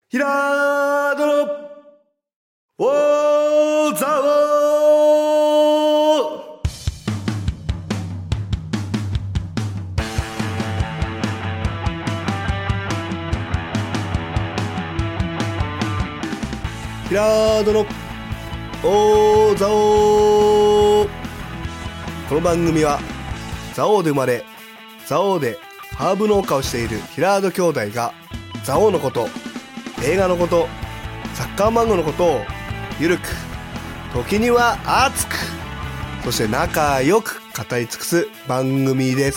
平戸の大沢平戸の大沢。この番組は蔵王で生まれ蔵王でハーブ農家をしている平戸兄弟が蔵王のこと、映画のこと、サッカー漫画のことをゆるく、時には熱く、そして仲良く語り尽くす番組です。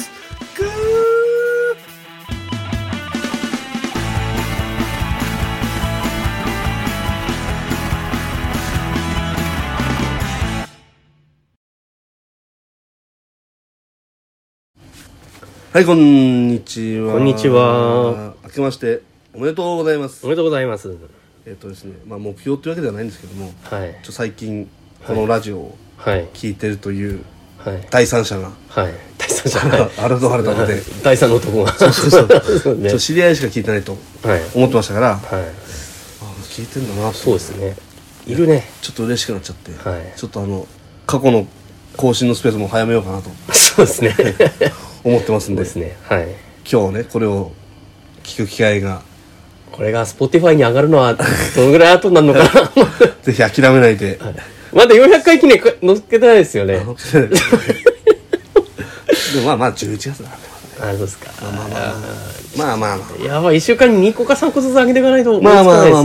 はい、こんにちは。 こんにちは。 明けましておめでとうございます。 おめでとうございます。 ですね、目標というわけではないんですけども、 はい、 最近このラジオを聞いてるという第三者が、 第三者があるとあるだけで第三の男がそうね、知り合いしか聞いてないと思ってましたから、聞いてんだなと。 そうですね、いるね。 ちょっと嬉しくなっちゃって、ちょっと過去の更新のスペースも早めようかなとそうですね思ってますんで、今日ねこれを聞く機会が、 これが Spotify に上がるのはどのぐらい後になるのかなぜひ諦めないで、 まだ400回記念載っけてないですよねでもまあ11月だからね。 そうですか。 まあやばい、1週間に2個か3個ずつ上げていかないとまあなん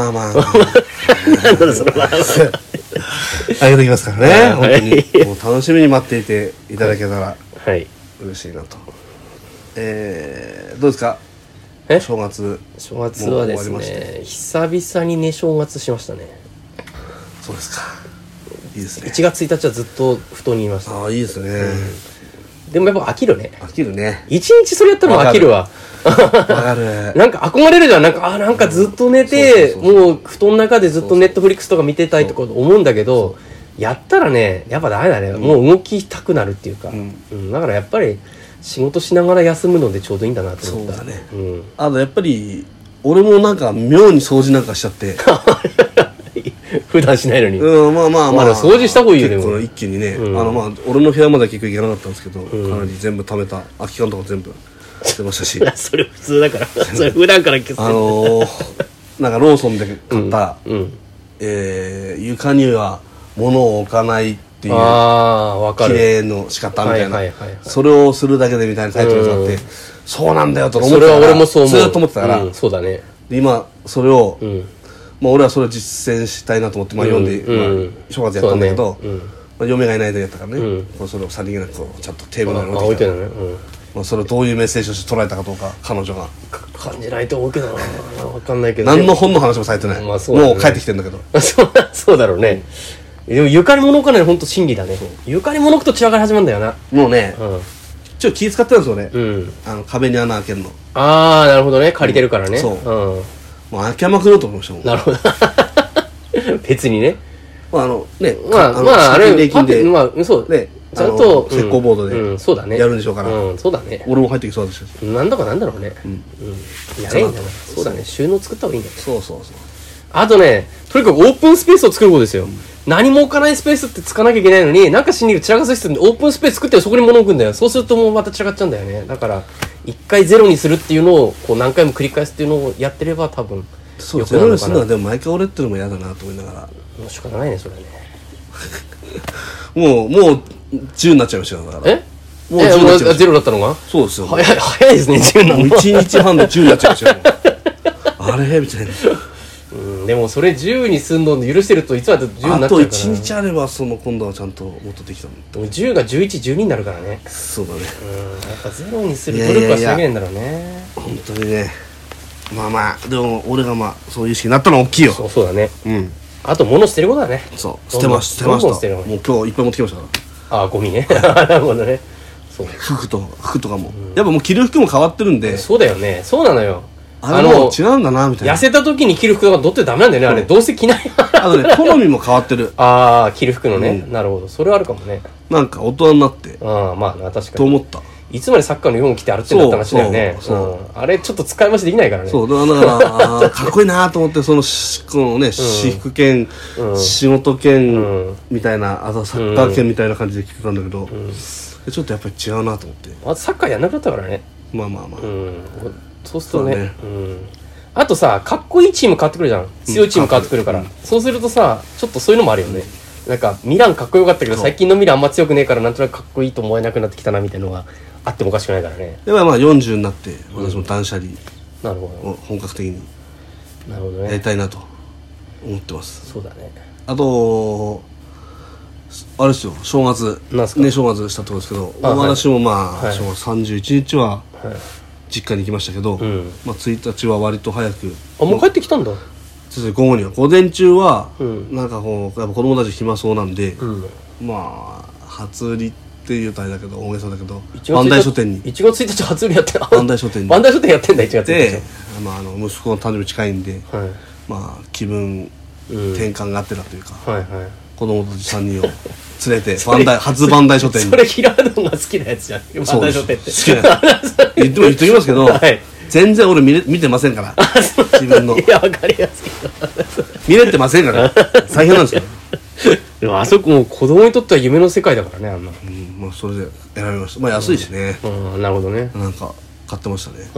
だろそれは上げてきますからね、本当にもう楽しみに待っていていただけたら嬉しいなと。どうですか、正月はですね、久々にね正月しましたね。 そうですか、いいですね。 1月1日はずっと布団にいました。 ああ、いいですね、 でもやっぱ飽きるね。 飽きるね。 1日それやったら飽きるわ。 わかるなんか憧れるじゃん。なんかずっと寝て、もう布団の中でずっとネットフリックスとか見てたいとか思うんだけど、やったらねやっぱダメだね、もう動きたくなるっていうか、だからやっぱり仕事しながら休むのでちょうどいいんだなと思った。 そうだね、やっぱり俺もなんか妙に掃除なんかしちゃって普段しないのに、 まあ掃除した方がいいよね。 結構一気にね、俺の部屋までは結局行かなかったんですけど、かなり全部貯めた空き缶とか全部捨てましたしそれ普通だからそれ普段から消すなんかローソンで買った、床には物を置かないっていう綺麗の仕方みたいな、それをするだけでみたいなタイトルがあって、そうなんだよと思ってたから、それは俺もそう思う、ずっと思ってたから、そうだね。で今それを、俺はそれを実践したいなと思って読んで、正月やったんだけど、嫁がいない間やったからね、それをさりげなくちゃんとテーブルに置いてきた。それをどういうメッセージとして捉えたかどうか、彼女が感じないと思うけどな、分かんないけど、 何の本の話もされてない、もう帰ってきてんだけどそうだろうね。でも床に物置かないのほんと真理だね。床に物置くと血上がり始まるんだよな。もうね、 ちょっと気使ってるんですよね、壁に穴開けるの。 ああ、なるほどね、借りてるからね。 そう、もう開けまくろうと思いましたもん。 なるほど別にね、 あれパテそうね、ちゃんと石膏ボードでそうだね、 やるんでしょうから、 そうだね。 俺も入ってきそうだし、 なんだかなんだろうね、やれんだな。そうだね、収納作った方がいいんだよ。そうあとね、とにかくオープンスペースを作ることですよ。何も置かないスペースってつかなきゃいけないのに、なんか死に散らかす必要でオープンスペース作ってそこに物置くんだよ。そうするともうまた散らかっちゃうんだよね。だから一回ゼロにするっていうのをこう何回も繰り返すっていうのをやってれば多分そうゼロにするのはでも毎回俺ってのも嫌だなと思いながら、 もう仕方ないねそれはねもう10になっちゃいましたよ。だからもうゼロだったのがそうですよ。 早いですね。10なの 1日半で10になっちゃいましたよあれみたいな。 でもそれ10にすんの許してるといつまで10になっちゃうから、あと1日あれば今度はちゃんともっとできたの。 10が11、12になるからね。 そうだね。 やっぱゼロにする努力はしなきゃいけないんだろうね。 本当にね。でも俺がそういう意識になったのは大きいよ。 そうだね。あと物捨てることだね。 そう捨てました。もう今日いっぱい持ってきましたから。 ゴミねなるほどね。 服とかもやっぱもう着る服も変わってるんで。 そうだよね、そうなのよ。 もう違うんだなみたいな。 痩せた時に着る服とかどってダメなんだよね、あれどうせ着ない好みも変わってる着る服のね、なるほど、それはあるかもね。 なんか大人になってまあ確かにと思った。 いつまでサッカーのユニフォーム着て歩ってんだって話だよね。あれちょっと使い回しできないからね。 そうだからかっこいいなと思ってこのね、私服兼、仕事兼みたいな、あとサッカー兼みたいな感じで着てたんだけど、ちょっとやっぱり違うなと思って。 まずサッカーやんなくなったからね。 まあそうするとね、あとさ、かっこいいチーム変わってくるじゃん。強いチーム変わってくるから、そうするとさ、ちょっとそういうのもあるよね。なんかミランかっこよかったけど最近のミランあんま強くねえからなんとなくかっこいいと思えなくなってきたなみたいなのがあってもおかしくないからね。 でまあ40になって私も断捨離を本格的にやりたいなと思ってます。 そうだね。 あとあれですよ、正月ね、正月したところですけど、私もまあ正月31日は実家に行きましたけど、まあ1日は割と早く。 もう帰ってきたんだ。 午後には午前中はなんかこうやっぱ子供たち暇そうなんで、まあ初売りっていうとあれだけど大げさだけど万代書店に 1月1日初売りやって万代書店に万代書店やってんだ。1月1日で、まあ、息子の誕生日近いんで、まあ気分転換があってたというか、子供たち3人を連れて初万代書店に。 それ平野が好きなやつじゃん。万代書店って好きな言っときますけど、全然俺見てませんから自分の。 いや、わかりやすい。 見れてませんから大変なんですよ。 でもあそこもう子供にとっては夢の世界だからね、あんな。 まあそれで選びました。まあ安いしね。 なるほどね。 なんか買ってましたね。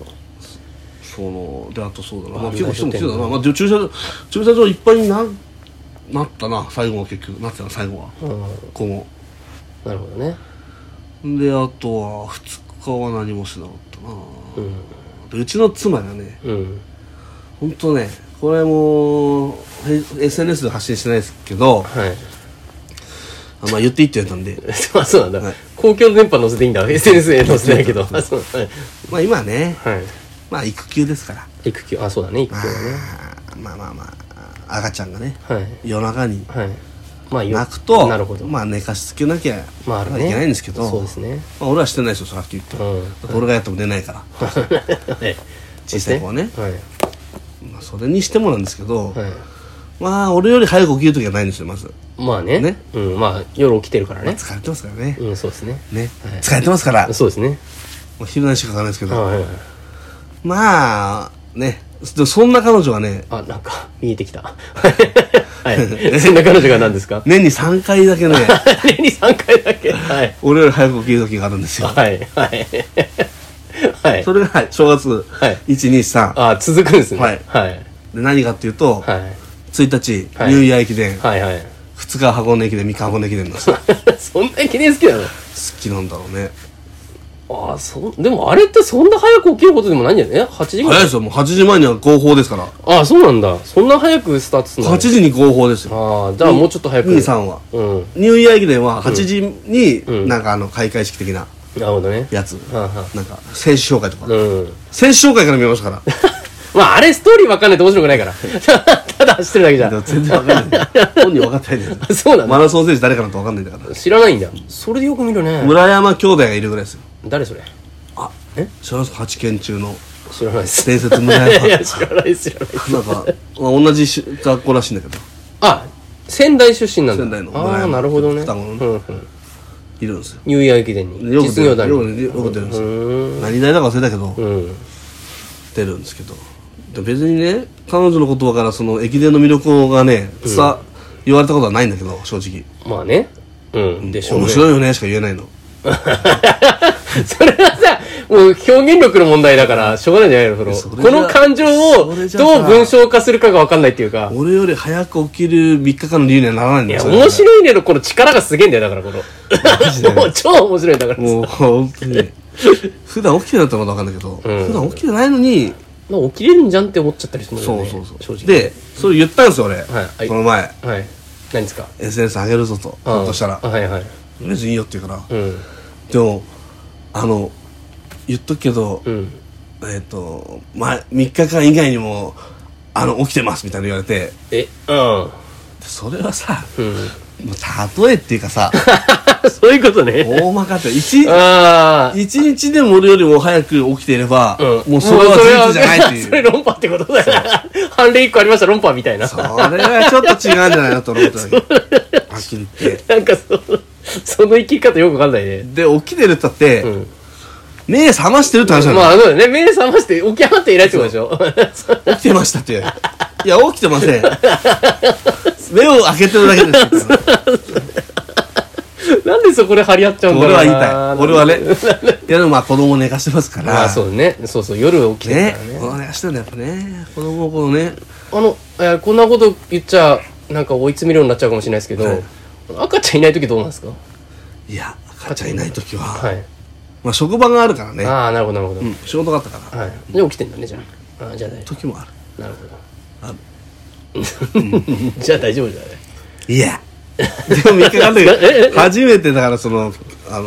であとそうだな、まあ結構人も来てたな。まあ駐車場いっぱいになったな、最後は結局なってたな、最後は。こうなるほどね。 であとは2日は何もしなかったな。うちの妻がね、本当ね、これも SNS で発信してないですけど、まあ言っていいって言われたんで。 そうなんだ。公共の電波載せていいんだ。SNS で載せないけど。 まあ今ね、まあ育休ですから。 育休、そうだね、育休はね。 まあ赤ちゃんがね、夜中に泣くと、まあ寝かしつけなきゃいけないんですけど、 そうですね。 まあ俺はしてないですよ、さっき言って。俺がやっても出ないから。小さい子はね。まあそれにしてもなんですけど、まあ俺より早く起きる時はないんですよ、まず。 まあね。まあ夜起きてるからね。 疲れてますからね。 そうですね。 疲れてますから。 そうですね。 昼寝しか書かないですけど、まあね、そんな彼女がね、 なんか見えてきた。そんな彼女が何ですか？ 年に3回だけね。 年に3回だけ。 俺より早く起きる時があるんですよ。それが正月1、2、3。 続くんですね。 で何かっていうと、1日ニューイヤー駅伝、2日箱根駅伝、3日箱根駅伝なんですよ。 そんな駅伝好きなの？好きなんだろうね。 でもあれってそんな早く起きることでもないんじゃない？8時ぐらい。 早いですよ、もう8時前には合法ですから。 そうなんだ。そんな早くスタートするの？ 8時に合法ですよ。 じゃあもうちょっと早く。 2、3は。ニューイヤー駅伝は8時になんか開会式的なやつ。なんか選手紹介とか。選手紹介から見ましたから。 まああれストーリー分かんないと面白くないから。ただ走ってるだけじゃ。 全然分かんない。本人分かってないんだよ。 そうなんだ。 マラソン選手誰かなんて分かんないんだから。 知らないんだ。それでよく見るね。 村山兄弟がいるぐらいですよ。 誰それ？ 知らないですか？8県中の知らないです。 伝説村山。 いや知らないですなんか同じ学校らしいんだけど。 仙台出身なんだ。 仙台の村山。 なるほどね。 いるんですよ。 ニューイヤー駅伝に。 実業団に。よく出るんですよ。何代だか忘れたけど出るんですけど。別にね、彼女の言葉からその駅伝の魅力がね言われたことはないんだけど、正直。 まあね。でしょうね。 面白いよねしか言えないの。 それはさ、もう表現力の問題だからしょうがないんじゃないの？この感情をどう文章化するかが分かんないっていうか。 俺より早く起きる3日間の理由にはならないんだよ。 いや面白いねのこの力がすげえんだよ。だからこのもう超面白いんだから。 もう本当に普段起きてるんだったらまだ分かんないけど、普段起きてないのに起きれるんじゃんって思っちゃったりするもんね。 そうでそれ言ったんですよ俺、この前。 何ですか？ SNS 上げるぞととしたら別にいいよって言うから、でも言っとくけど3日間以外にも起きてますみたいな言われて、それはさもう例えっていうかさそういうことね。 大まかって一日でも俺よりも早く起きていれば、もうそれは事実じゃないっていう。 それ論破ってことだよ。判例1個ありました論破みたいな。 それはちょっと違うんじゃないなと思ったわけ。はっきり言って。 なんかその生き方よくわかんないね。 で起きてるったって、 目覚ましてるって話なの。 まあそうだね、目覚まして起き上がっていないってことでしょ。 起きてましたって。いや、起きてません。目を開けてるだけです。 なんでそこで張り合っちゃうんだろうな。 俺は言いたい。俺はね。いやでもまあ子供寝かしてますから。 まあそうね。そうそう、夜起きてるからね。 子供寝かしてるんだやっぱね。子供をこのね。 こんなこと言っちゃ、なんか追い詰めるようになっちゃうかもしれないですけど、はい、赤ちゃんいないときどうなんですか？ いや、赤ちゃんいないときは、 はい。 まあ職場があるからね。 ああ、なるほど、なるほど。 仕事があったから。 はい。で、起きてんだね、じゃあ。じゃあ大丈夫。 時もある。 なるほど。 ある。 じゃあ大丈夫じゃない？ いや。でも3日間で初めてだから正月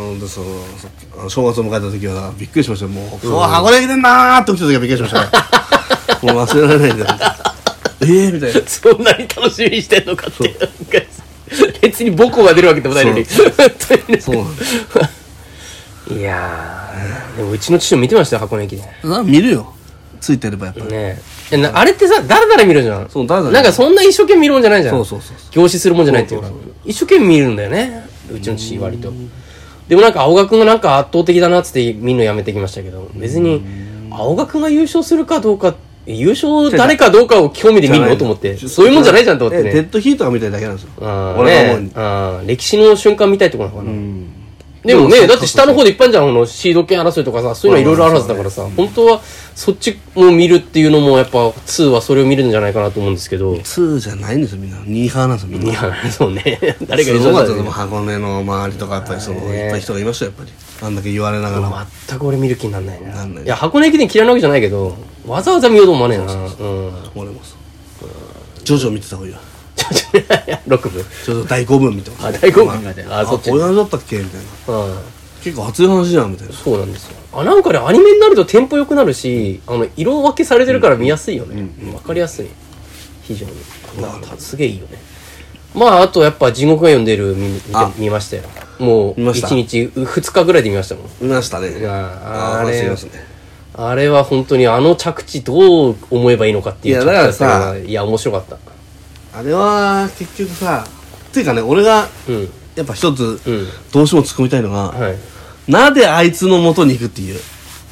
を迎えた時はびっくりしましたよ。もう箱根来てんなーって起きた時はびっくりしましたね。もう忘れられないんだよ。みたいな。 そんなに楽しみにしてんのかっていう。別に母校が出るわけでもないのに。そうなんです。いやー、でもうちの父も見てましたよ、箱根駅伝。 見るよ。ついてればやっぱりねえ。あれってさ、だらだら見るじゃん。 そう、だらだら。 なんかそんな一生懸命見るもんじゃないじゃん。 そう。 凝視するもんじゃないっていうか。一生懸命見るんだよね。うちの父割と。でもなんか青学がなんか圧倒的だなっつって見るのやめてきましたけど、別に青学が優勝するかどうか、優勝誰かどうかを興味で見るのと思って。そういうもんじゃないじゃんと思ってね。 デッドヒートが見たいだけなんですよ。 俺が思うに。歴史の瞬間見たいってことなのかな。でもね、だって下の方でいっぱいじゃん、シード権争いとかさ、そういうのいろいろあるはずだからさ、本当はそっちを見るっていうのもやっぱ2はそれを見るんじゃないかなと思うんですけど。 2じゃないんですよ、みんな。2派なんですよ、みんな。 2派、そうね。誰が言うのかでも箱根の周りとかやっぱりいっぱい人がいましたよ、やっぱり。あんだけ言われながら。 全く俺見る気になんないな。いや、箱根駅伝嫌いなわけじゃないけど、わざわざ見ようと思わねえな。俺もそう。ジョジョ見てた方がいいわ。 6部ちょっと第5部見てます。 第5部みたいな。 そっち。こういう話だったっけみたいな。結構熱い話じゃんみたいな。 そうなんですよ。なんかね、アニメになるとテンポ良くなるし、色分けされてるから見やすいよね。わかりやすい。非常に。すげえいいよね。まあ、あとやっぱ地獄が読んでる見ましたよ。もう、1日、2日ぐらいで見ましたもん。 見ましたね。 あれは本当に着地どう思えばいいのかっていう。 いや、だからさ、 いや、面白かった。 あれは結局さ、っていうかね、俺がやっぱ一つどうしても突っ込みたいのが、なんであいつの元に行くっていう。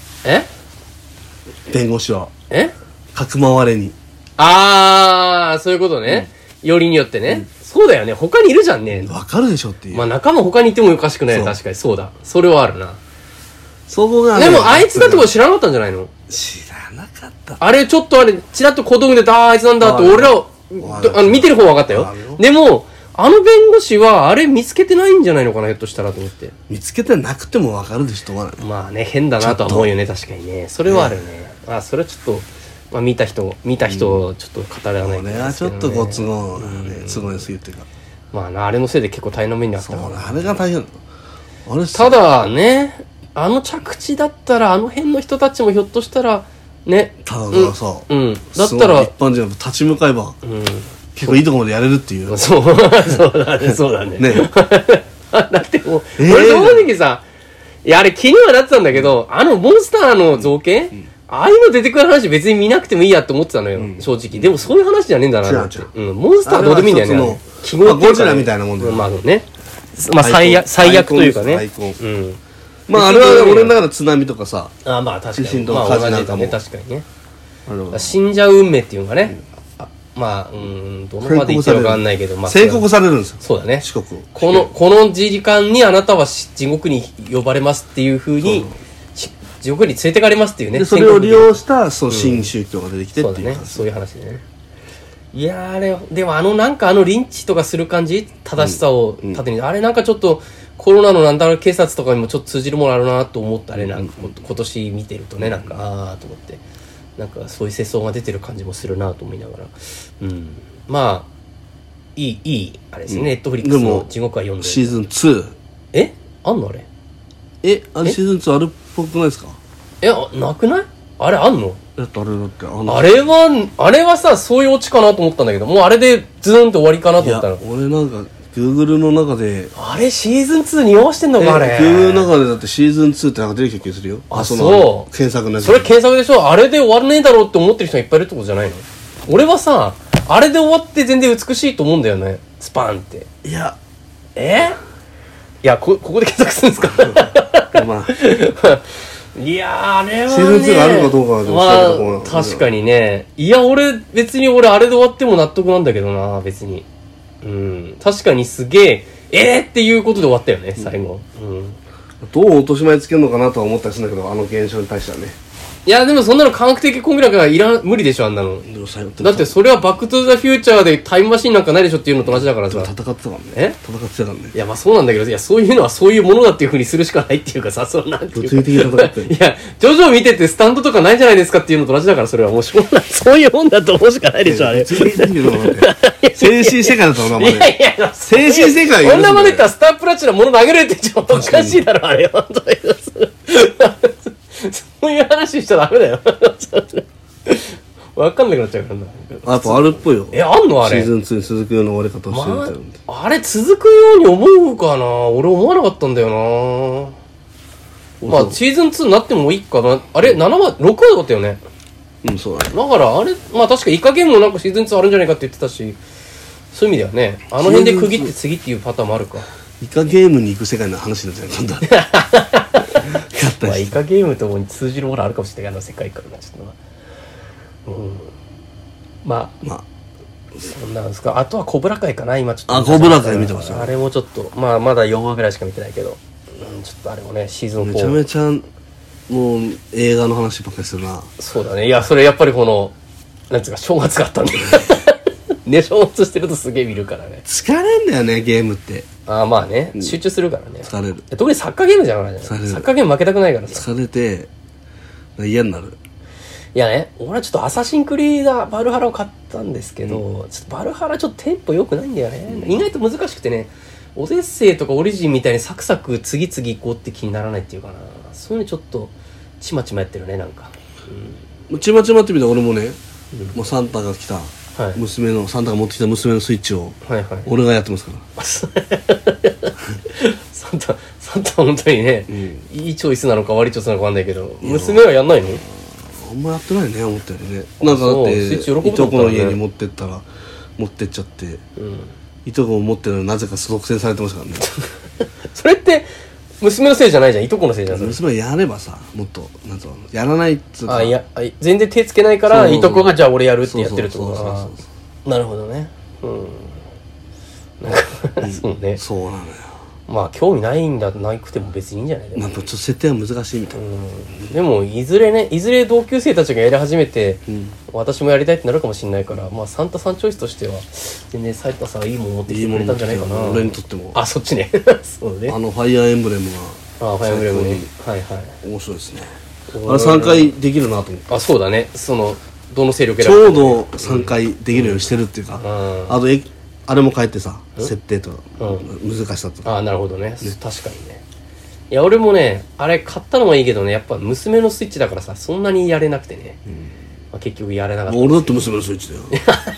弁護士は。かくまわれに。 そういうことね。よりによってね。そうだよね。他にいるじゃんね。 わかるでしょっていう。 まあ仲間他にいてもおかしくない。確かに。そうだ。それはあるな。 そこがね。でもあいつだってこと知らなかったんじゃないの？ 知らなかった。 あれちょっとチラッと小道具であいつなんだって俺ら、見てる方は分かったよ。でも、弁護士はあれ見つけてないんじゃないのかな、ひょっとしたらと思って。 見つけてなくても分かるでしょ、 まあね、変だなとは思うよね、確かにね。それはあるね。それはちょっと、まあ見た人をちょっと語らないと。 これはちょっとご都合都合すぎっていうか。 まあな、あれのせいで結構大変な目にあったから。 あれが大変。 ただね、着地だったら、辺の人たちもひょっとしたら、ね。 たださ、 だったら。 一般人が立ち向かえば、結構いいところまでやれるっていう。 そうだね。だってもう、俺正直さ、いや、あれ気にはなってたんだけど、モンスターの造形、ああいうの出てくる話別に見なくてもいいやって思ってたのよ、正直。でもそういう話じゃねえんだなって。モンスターどうでもいいんだよね。 ゴジラみたいなもんだよ。 まあね。まあ最悪というかね。 まああれは俺の中で津波とかさ、 まあ確かに。 まあ同じだね、 確かにね。死んじゃう運命っていうのがね。まあ、どのまで言ってるかわかんないけど、まあ。 宣告されるんですよ。 そうだね。 四国。 この時間にあなたは地獄に呼ばれますっていう風に、地獄に連れてかれますっていうね。 それを利用した新宗教が出てきてっていう。 そういう話ね。いやでもなんかリンチとかする感じ、正しさを盾に、あれなんかちょっとコロナのなんだろう警察とかにもちょっと通じるものあるなと思ったね、なんか今年見てるとね、なんかと思って。なんかそういう世相が出てる感じもするなと思いながら。まあ、いい、あれですね、ネットフリックスの地獄は読んでる。 シーズン 2。 あんのあれ？ あれシーズン2あるっぽくないですか？ なくない？あれあんの？ あれはさ、そういうオチかなと思ったんだけど、もうあれでズーンと終わりかなと思ったの。 俺なんか、Google の中で。 あれシーズン2に合わせてんのかあれ。 Google の中でだってシーズン2ってなんか出てきた気がするよ。 そう。 検索のやつ。 それ検索でしょ？あれで終わらねえだろうって思ってる人がいっぱいいるってことじゃないの？俺はさ、あれで終わって全然美しいと思うんだよね。スパーンって。 いや。 いや、ここで検索するんですか？ まあ。 いやー、あれはね、 シーズン2があるかどうかはでもまあ、確かにね。いや、別に俺あれで終わっても納得なんだけどな、別に。うん。確かにすげえ、っていうことで終わったよね、最後。うん。 どう落とし前つけるのかなとは思ったりするんだけど、あの現象に対してはね。 いや、でもそんなの科学的根拠なんか無理でしょ、あんなの。だってそれはバックトゥーザフューチャーでタイムマシンなんかないでしょっていうのと同じだからさ。 戦ってたからね。戦ってたからね。 いや、まあそうなんだけど、いや、そういうのはそういうものだっていう風にするしかないっていうかさ、そうなんていうか。物理的に戦ってる。いや、ジョジョ見ててスタンドとかないじゃないですかっていうのと同じだから、それはもうしょうがない。そういうもんだと思うしかないでしょ、あれ。物理的に精神世界だったの、いやいや、精神世界こんなまで言ったらスタープラチナ物投げれってちょっとおかしいだろ、あれ。本当に。そういう話しちゃダメだよ。わかんなくなっちゃうからな。 やっぱあるっぽいよ。 あんのあれ。 シーズン2に続くような終わり方をしてみたいんで。 あれ続くように思うかな。俺思わなかったんだよな。まあシーズン2になってもいいかな。あれ、6話だったよね。 うん、そうだね。 だからあれ、まあ確かイカゲームもなんかシーズン2あるんじゃないかって言ってたし、そういう意味ではね、あの辺で区切って次っていうパターンもあるか。 イカゲームに行く世界の話になっちゃう、今度は。 まあイカゲームとも通じるものあるかもしれないけど、世界観がちょっとまあそんなんですか。あとはコブラ会かな、今ちょっと。 コブラ会見てますよ。 あれもちょっと、まだ4話ぐらいしか見てないけど、ちょっとあれもね、シーズン4。 めちゃめちゃ、もう映画の話ばっかりするな。 そうだね。いや、それやっぱりこの、なんつうか、正月があったんで。ね、正月してるとすげえ見るからね。 疲れんだよね、ゲームって。 まあね、集中するからね。 疲れる。 特にサッカーゲームじゃないじゃん。サッカーゲーム負けたくないからさ。 疲れて、嫌になる。 いやね、俺はちょっとアサシンクリーダーバルハラを買ったんですけど、ちょっとバルハラちょっとテンポ良くないんだよね。意外と難しくてね、オデッセイとかオリジンみたいにサクサク次々行こうって気にならないっていうかな。そういうのちょっと、ちまちまやってるね、なんか。 ちまちまってみたら俺もね、もうサンタが来た。娘のサンタが持ってきた娘のスイッチを俺がやってますからサンタ本当にね、いいチョイスなのか悪いチョイスなのかわかんないけど、娘はやんないの？ あんまやってないね、思ったよりね。なんかだっていとこの家に持ってったら持ってっちゃって、いとこも持ってるのになぜか独占されてますからね。 それって娘のせいじゃないじゃん、いとこのせいじゃん。 娘やればさ、もっとなんつうの、やらないっつうか、 全然手つけないからいとこがじゃあ俺やるってやってるってことか。なるほどね。なんかそうね。 そうなのよ。 まあ興味ないんだなくても別にいいんじゃない？ なんかちょっと設定は難しいみたいな。 でもいずれ同級生たちがやり始めて、私もやりたいってなるかもしれないから、まあサンタさんチョイスとしては全然サイタさんいいもん持ってきてくれたんじゃないかな。 俺にとっても。 そっちね。そうね。 ファイアーエンブレムが。 ファイアーエンブレムね。 面白いですね。あれ3回できるなと思って。 そうだね。どの勢力ちょうど3回できるようにしてるっていうか、あれも変えてさ、設定と難しさとか。 なるほどね。確かにね。いや俺もね、あれ買ったのはいいけどね、やっぱ娘のスイッチだからさ、そんなにやれなくてね、結局やれなかった。 俺だって娘のスイッチだよ。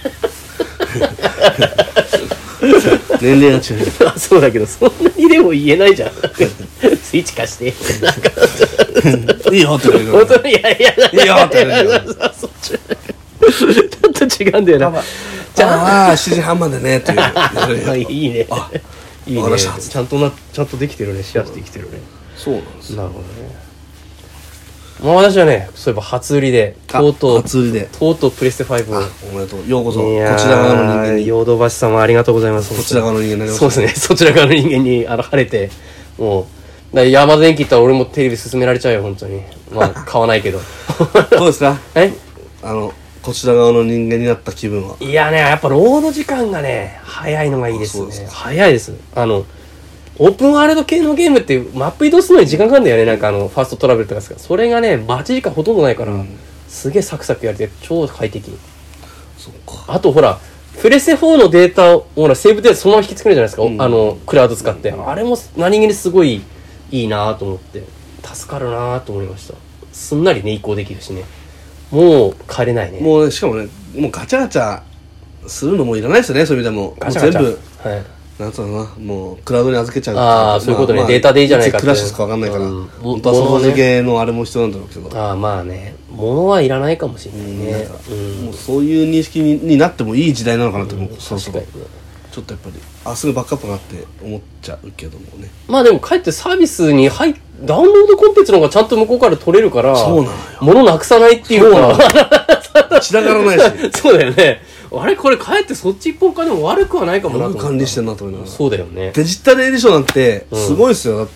年齢が違う。 そうだけど、そんなにでも言えないじゃん。スイッチ貸して。 いいよって言う本当に、いや、 いいよって言うちょっと違うんだよな。 7時半までねっていう。 いいね。いいね。ちゃんとできてるね。シェアしてできてるね。 そうなんです。 なるほどね。私はね、そういえば初売りで、とうとうプレステ5を。 おめでとう。ようこそ、こちら側の人間に。 ヨドバシ様ありがとうございます。 こちら側の人間になりました。 そうですね。そちら側の人間に晴れて、もう、ヤマダ電機行ったら俺もテレビ勧められちゃうよ、本当に。買わないけど。 どうですか？こちら側の人間になった気分は。 いやね、やっぱロード時間がね、早いのがいいですね。早いです。オープンワールド系のゲームってマップ移動するのに時間かかるんだよね。なんかファーストトラベルとかですか。それがね、待ち時間ほとんどないから、すげえサクサクやれて超快適。 そっか。 あとほら、プレステ4のデータを、ほら、セーブデータそのまま引き継げるじゃないですか。クラウド使って。あれも何気にすごいいいなと思って、助かるなと思いました。すんなりね、移行できるしね。もう帰れないね。 もうしかもね、もうガチャガチャするのもいらないですよね、そういう意味でも。 ガチャガチャ。 全部、はい。なんつうのな、もうクラウドに預けちゃう。そういうことね。データでいいじゃないかって。 クラッシュすか分かんないから。本当はその付けのあれも必要なんだろうけど。 まあね。物はいらないかもしれないね。 もうそういう認識になってもいい時代なのかなって思う。 確かにね。 ちょっとやっぱりすぐバックアップかなって思っちゃうけどもね。 まあでもかえってサービスにダウンロードコンテンツの方がちゃんと向こうから取れるから、 そうなのよ。 物なくさないっていうか、 散らからないし。 そうだよね。あれこれかえってそっち一本化でも悪くはないかもなと思った。 よく管理してんなと思いながら。 そうだよね。 デジタルエディションなんてすごいですよ。だって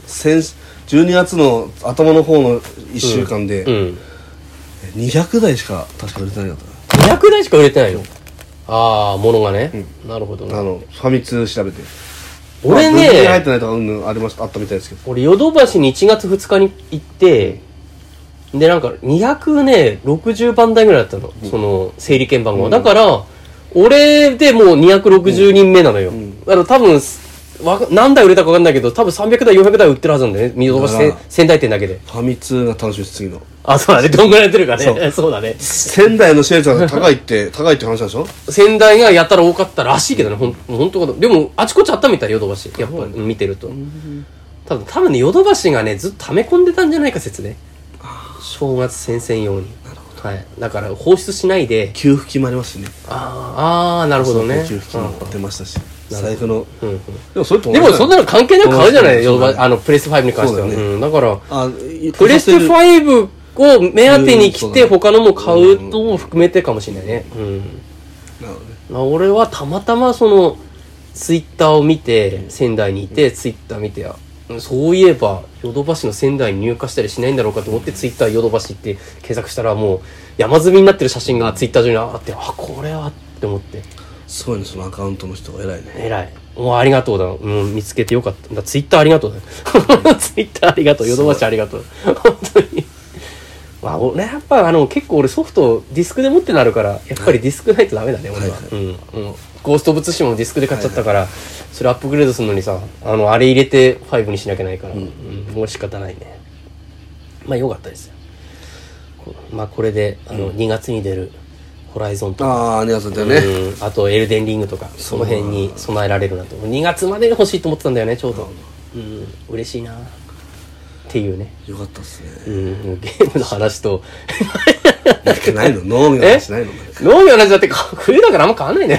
、12月の頭の方の1週間で、200台しか確か売れてないんだった。 200台しか売れてないの？ああ、物がね。なるほどね。 ファミ通調べて。 俺ね、 入ってないとかあったみたいですけど。 俺、ヨドバシに1月2日に行って、で、なんか、260番台ぐらいだったの。その、整理券番号。だから、俺でもう260人目なのよ。だから多分、何台売れたか分かんないけど、多分300台、400台売ってるはずなんだよね。ヨドバシ仙台店だけで。 ファミ通が楽しみです、次の。 あ、そうだね。どんぐらいやってるかね。そうだね。 仙台のシェルターが高いって話なんでしょ？ 仙台がやったら多かったらしいけどね。ほんとか。でも、あちこちあったみたい、ヨドバシ。やっぱ見てると。多分ね、ヨドバシがね、ずっと溜め込んでたんじゃないか説ね。正月先々用に。なるほど。はい。だから放出しないで。 給付金もありますしね。 なるほどね。 給付金も出ましたし。財布の。 でもそんなの関係なく買うじゃない、プレステ5に関しては。だから、プレステ5を目当てに来て他のも買うとも含めてかもしれないね。俺はたまたまその、ツイッターを見て、仙台にいて、ツイッター見て、そういえば、ヨドバシの仙台に入荷したりしないんだろうかと思って、ツイッターヨドバシって検索したら、もう、山積みになってる写真がツイッター上にあって、これはって思って。 すごいね、そのアカウントの人が偉いね。 偉い。もうありがとうだ。見つけてよかった。ツイッターありがとうだ。ツイッターありがとう。ヨドバシありがとう。本当に。俺やっぱ結構俺ソフトディスクで持ってなるから、やっぱりディスクないとダメだね、俺は。ゴースト・オブ・ツシマもディスクで買っちゃったから、それアップグレードするのにさ、あれ入れて5にしなきゃないから、もう仕方ないね。まあ良かったですよ。まあこれで、2月に出るホライゾンとか。 2月だよね。 あとエルデンリングとか、その辺に備えられるなと。2月まで欲しいと思ってたんだよね、ちょうど。嬉しいなっていうね。 よかったっすね。 ゲームの話と。 ないの？農業の話ないの？ 農業の話だって冬だからあんま変わんないね。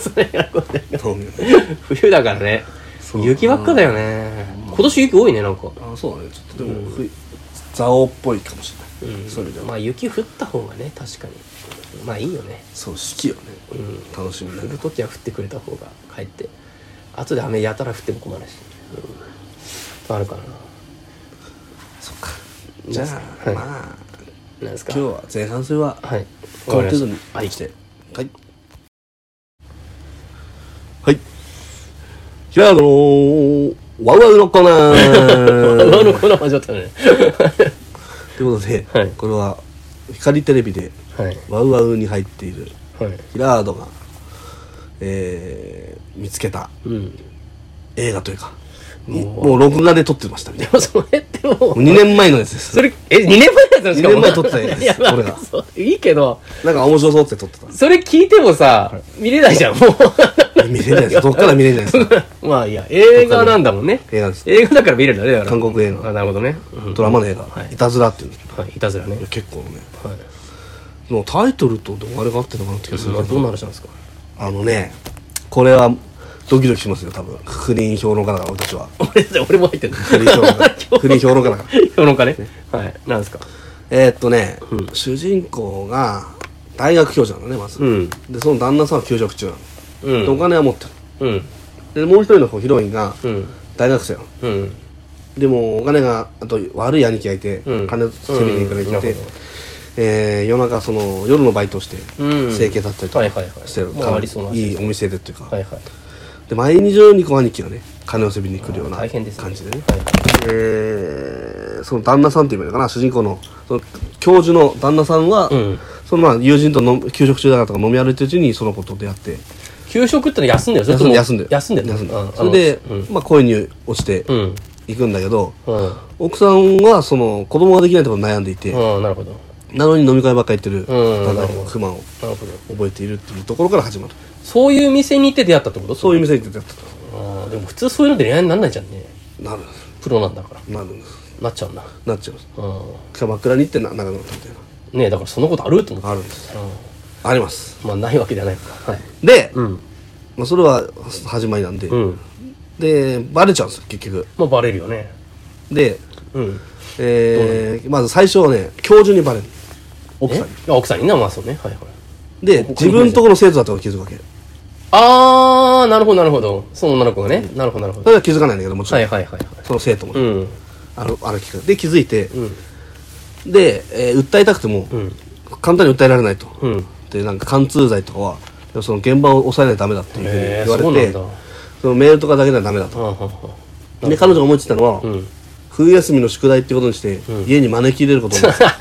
冬だからね。雪ばっかだよね。今年雪多いね、なんか。 そうだね。ちょっとでも、蔵王っぽいかもしれない。それでまあ雪降った方がね、確かに。まあいいよね。 そう、四季よね。楽しみだね。 降るときは降ってくれた方が帰って。後で雨やたら降っても困るし。あるかな。 そっか。じゃあ、まあ、 何ですか？ 今日は前半戦は、この程度にして。はい。はい。じゃあ、ワウワウのコーナー。 ワウワウのコーナー始まったね。 ということで、これは、光テレビで、ワウワウに入っている、ヒラードが、見つけた、映画というか、もう録画で撮ってましたみたいな。 でもそれってもう 2年前のやつです。 それ、2年前のやつなんですか？ 2年前撮ってたやつです、これが。 いいけど、 なんか面白そうって撮ってた。 それ聞いてもさ、見れないじゃん、もう。 見れないです。どっから見れないですか？ まあいいや、映画なんだもんね。 映画です。 映画だから見れるんだね、だから。 韓国映画。 なるほどね。 ドラマの映画。いたずらっていうんですけど。 いたずらね。 結構ね。もうタイトルとあれがあってるのかなって気がする。 どんな話なんですか？ これは、ドキドキしますよ、多分。不倫評論家だから、私は。 俺も入ってる。 不倫評論家。不倫評論家だから。 評論家ね。はい。なんですか？ 主人公が大学教授なのね、まず。で、その旦那さんは休職中なの。で、お金は持ってる。で、もう一人のヒロインが大学生なの。でも、お金が、あと悪い兄貴がいて、金をせびに行かれてて、夜中、夜のバイトをして、整形だったりとかしてる。いいお店でっていうか。で、毎日のように兄貴がね、金をせびに来るような感じでね。その旦那さんっていうのかな、主人公の、その教授の旦那さんは、その友人と休職中だからとか飲み歩いてるうちにその子と出会って。 休職ってのは休んでる？ 休んでる。それで、恋に落ちていくんだけど、奥さんはその子供ができないところ悩んでいて、 なるほど。 なのに飲み会ばっかり行ってるただ不満を覚えているっていうところから始まる。 そういう店に行って出会ったってこと？ そういう店に行って出会った。 でも普通そういうので恋愛にならないじゃんね。 なる。 プロなんだから。 なるんです。 なっちゃうんだ。 なっちゃうんです。キャバクラに行って仲良くなったみたいな。 ねえ、だからそんなことあると思って。 あるんです。あります。 まあないわけじゃないか。 で、 まあ、それは始まりなんで、でバレちゃうんですよ結局。 まあバレるよね。 で、まず最初はね教授にバレる、奥さんに。 奥さんにな。まあそうね。はいはい。 で自分のところの生徒だったの気づくわけ。 あー、なるほどなるほど。その女の子がね。なるほどなるほど。 それは気づかないんだけどもちろん。 はいはいはい。 その生徒も、ある企画で気づいて、で、訴えたくても、簡単に訴えられないと、でなんか貫通罪とかはその現場を抑えないとダメだっていうふうに言われて、そのメールとかだけではダメだと、で彼女が思いついたのは、冬休みの宿題ってことにして、家に招き入れることを思って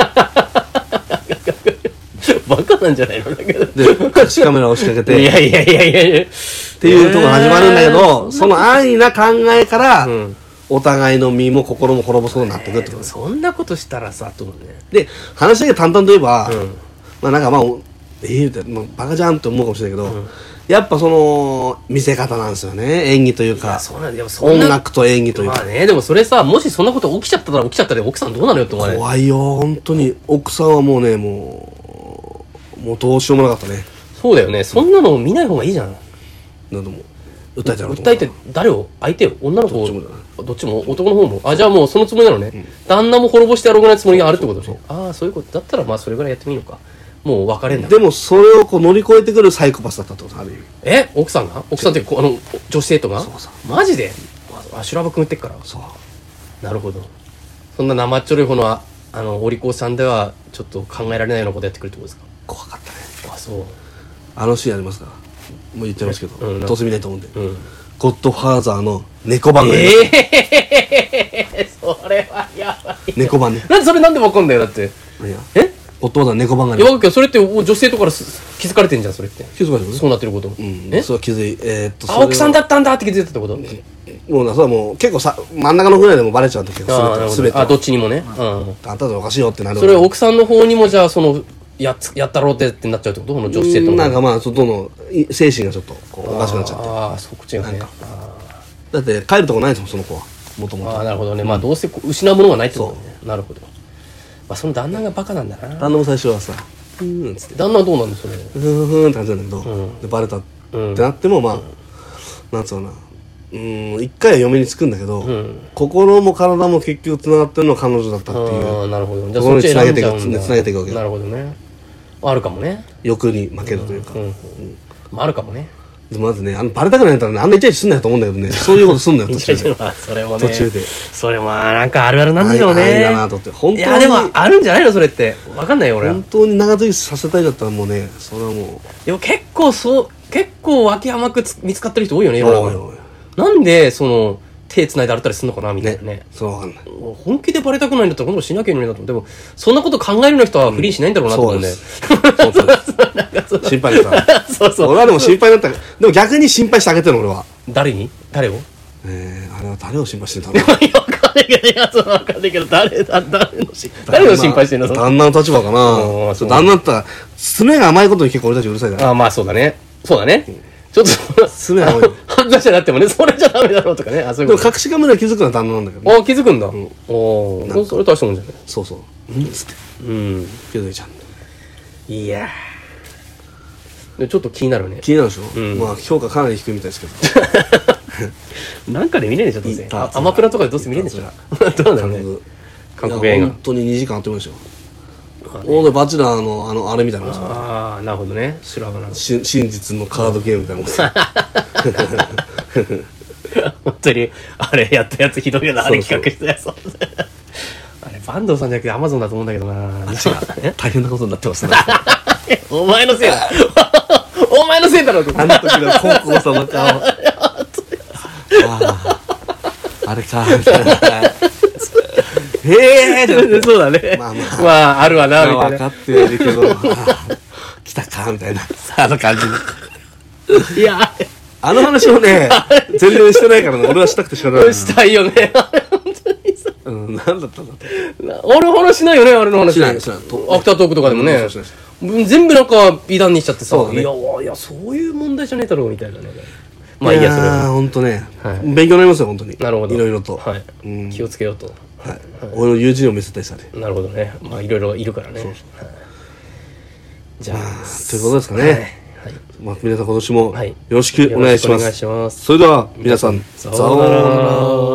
バカなんじゃないのだけど。 で隠しカメラを仕掛けていやっていうところが始まるんだけど、その安易な考えから、お互いの身も心も滅ぼすことになってくるってことです。 そんなことしたらさと思うね。 で話だけ淡々と言えば、まあなんかまあまあ、バカじゃんって思うかもしれないけど、やっぱその見せ方なんですよね、演技というか。音楽と演技というか。 まあね、でもそれさ、もしそんなこと起きちゃったら起きちゃったで奥さんどうなのよって思わない。 怖いよ本当に。奥さんはもうねもうどうしようもなかったね。 そうだよね。そんなの見ない方がいいじゃん。 なんでも訴えてやろうと。 訴えて誰を？相手を？女の子を？どっちも男の方も？あ、じゃあもうそのつもりなのね。旦那も滅ぼしてやろうぐらいのつもりがあるってことね。ああ、そういうことだったらまあそれぐらいやってみるのか。もう別れんだ。 でもそれをこう乗り越えてくるサイコパスだったってことある意味。 奥さんが？奥さんって女子生徒が？そうマジで？修羅場くぐってっから。そう。なるほど。そんな生っちょろい方のお利口さんではちょっと考えられないようなことやってくるってことですか？ 怖かったね。 あ、そう。 あのシーンありますから。もう言ってますけど、どうせ見ないと思うんで。ゴッドファーザーの猫版がそれはやばい。 猫版ね。 それなんでわかんだよだって。 ゴッドファーザー猫版がね。いや、それって女性とから気づかれてんじゃん、それって。 気づかれてる？ そうなってること。 そう気づい奥さんだったんだって気づいたってこと？ もうそれはもう結構真ん中のぐらいでもバレちゃうんだけど、 全て。どっちにもね。 あんたでおかしいよってなる。 それ奥さんの方にもじゃあやったろうってなっちゃうってこと？この女子生徒の。 なんかまあ外の精神がちょっとおかしくなっちゃって。 ああ、そっちがね。 だって帰るとこないですもんその子は。もともと。 ああ、なるほどね。まあどうせ失うものがないってことね。なるほど。まあその旦那がバカなんだな。 旦那も最初はさ、つって。 旦那はどうなんだそれ。 って感じなんだけど、でバレたってなってもまあなんつうのな。一回は嫁につくんだけど、心も体も結局つながってるのは彼女だったっていう。 なるほど。じゃあそっちにつなげていくわけ。 なるほどね。あるかもね。 欲に負けるというか。 あるかもね。 まずね、バレたくないんだったらね、あんなイチャイチャすんなよと思うんだけどね、そういうことすんなよ、途中で。 それもね。 途中で。 それもなんかあるあるなんでしょうね。 いだなと思って。本当に。 いや、でもあるんじゃないのそれって。わかんないよ、俺は。 本当に長続きさせたいだったらもうね、それはもう。 でも結構脇甘く見つかってる人多いよね、世の中。なんで手繋いで歩ったりするのかなみたいなね。 そうわかんない。 本気でバレたくないんだったら今度しなきゃいけないんだと思う。でもそんなこと考えるような人は不倫しないんだろうなと思うんで。 心配だった。そう俺はでも心配だった。でも逆に心配してあげてるの俺は。 誰を？ あれは誰を心配してたの？ わかんないけど誰を心配してんの？ 旦那の立場かな。旦那だったら爪が甘いことに結構俺たちうるさいから。 あ、まあそうだね。ちょっと爪が甘い。 犯罪者になってもね、それじゃダメだろうとかね。 でも隠しカメラ気づくのは旦那なんだけどね。あ、気づくんだ。それ大したもんじゃない。 そうそう。つって。気づいちゃう。 いやちょっと気になるね。 気になるでしょ。まあ評価かなり低いみたいですけど。なんかで見れるでしょ、どうせ。アマプラとかでどうせ見れるんでしょ。どうなんだろうね。韓国映画。 本当に2時間あってもいいでしょ。バチェラーのあれみたいなもんですよ。 ああ、なるほどね。修羅場なの。 真実のカードゲームみたいなもんですよ。 本当にあれやったやつひどいよな。あれ企画したやつ。あれ坂東さんじゃなくてアマゾンだと思うんだけどな。 大変なことになってますね。 お前のせいだ。お前のせいだろ。 あの時の高校生の顔。あれかみたいな。 そうだね。まああるわなみたいな。 分かってるけど来たかみたいなあの感じ。いやあの話をね全然してないからね。俺はしたくて仕方ない。 したいよね。本当にさ。 何だったんだと。 俺の話しないよね、あれの話。 しない。アフタートークとかでもね。全部なんか美談にしちゃってさ。いやそういう問題じゃねえだろうみたいなね。まあいいやそれは。 本当ね。勉強になりますよ本当に。 なるほど。 いろいろと。 気をつけようと。 俺の友人を見せたりさね。 なるほどね。まあいろいろいるからね。じゃあということですかね。 まあ、皆さん今年もよろしくお願いします。それでは皆さん、さようなら。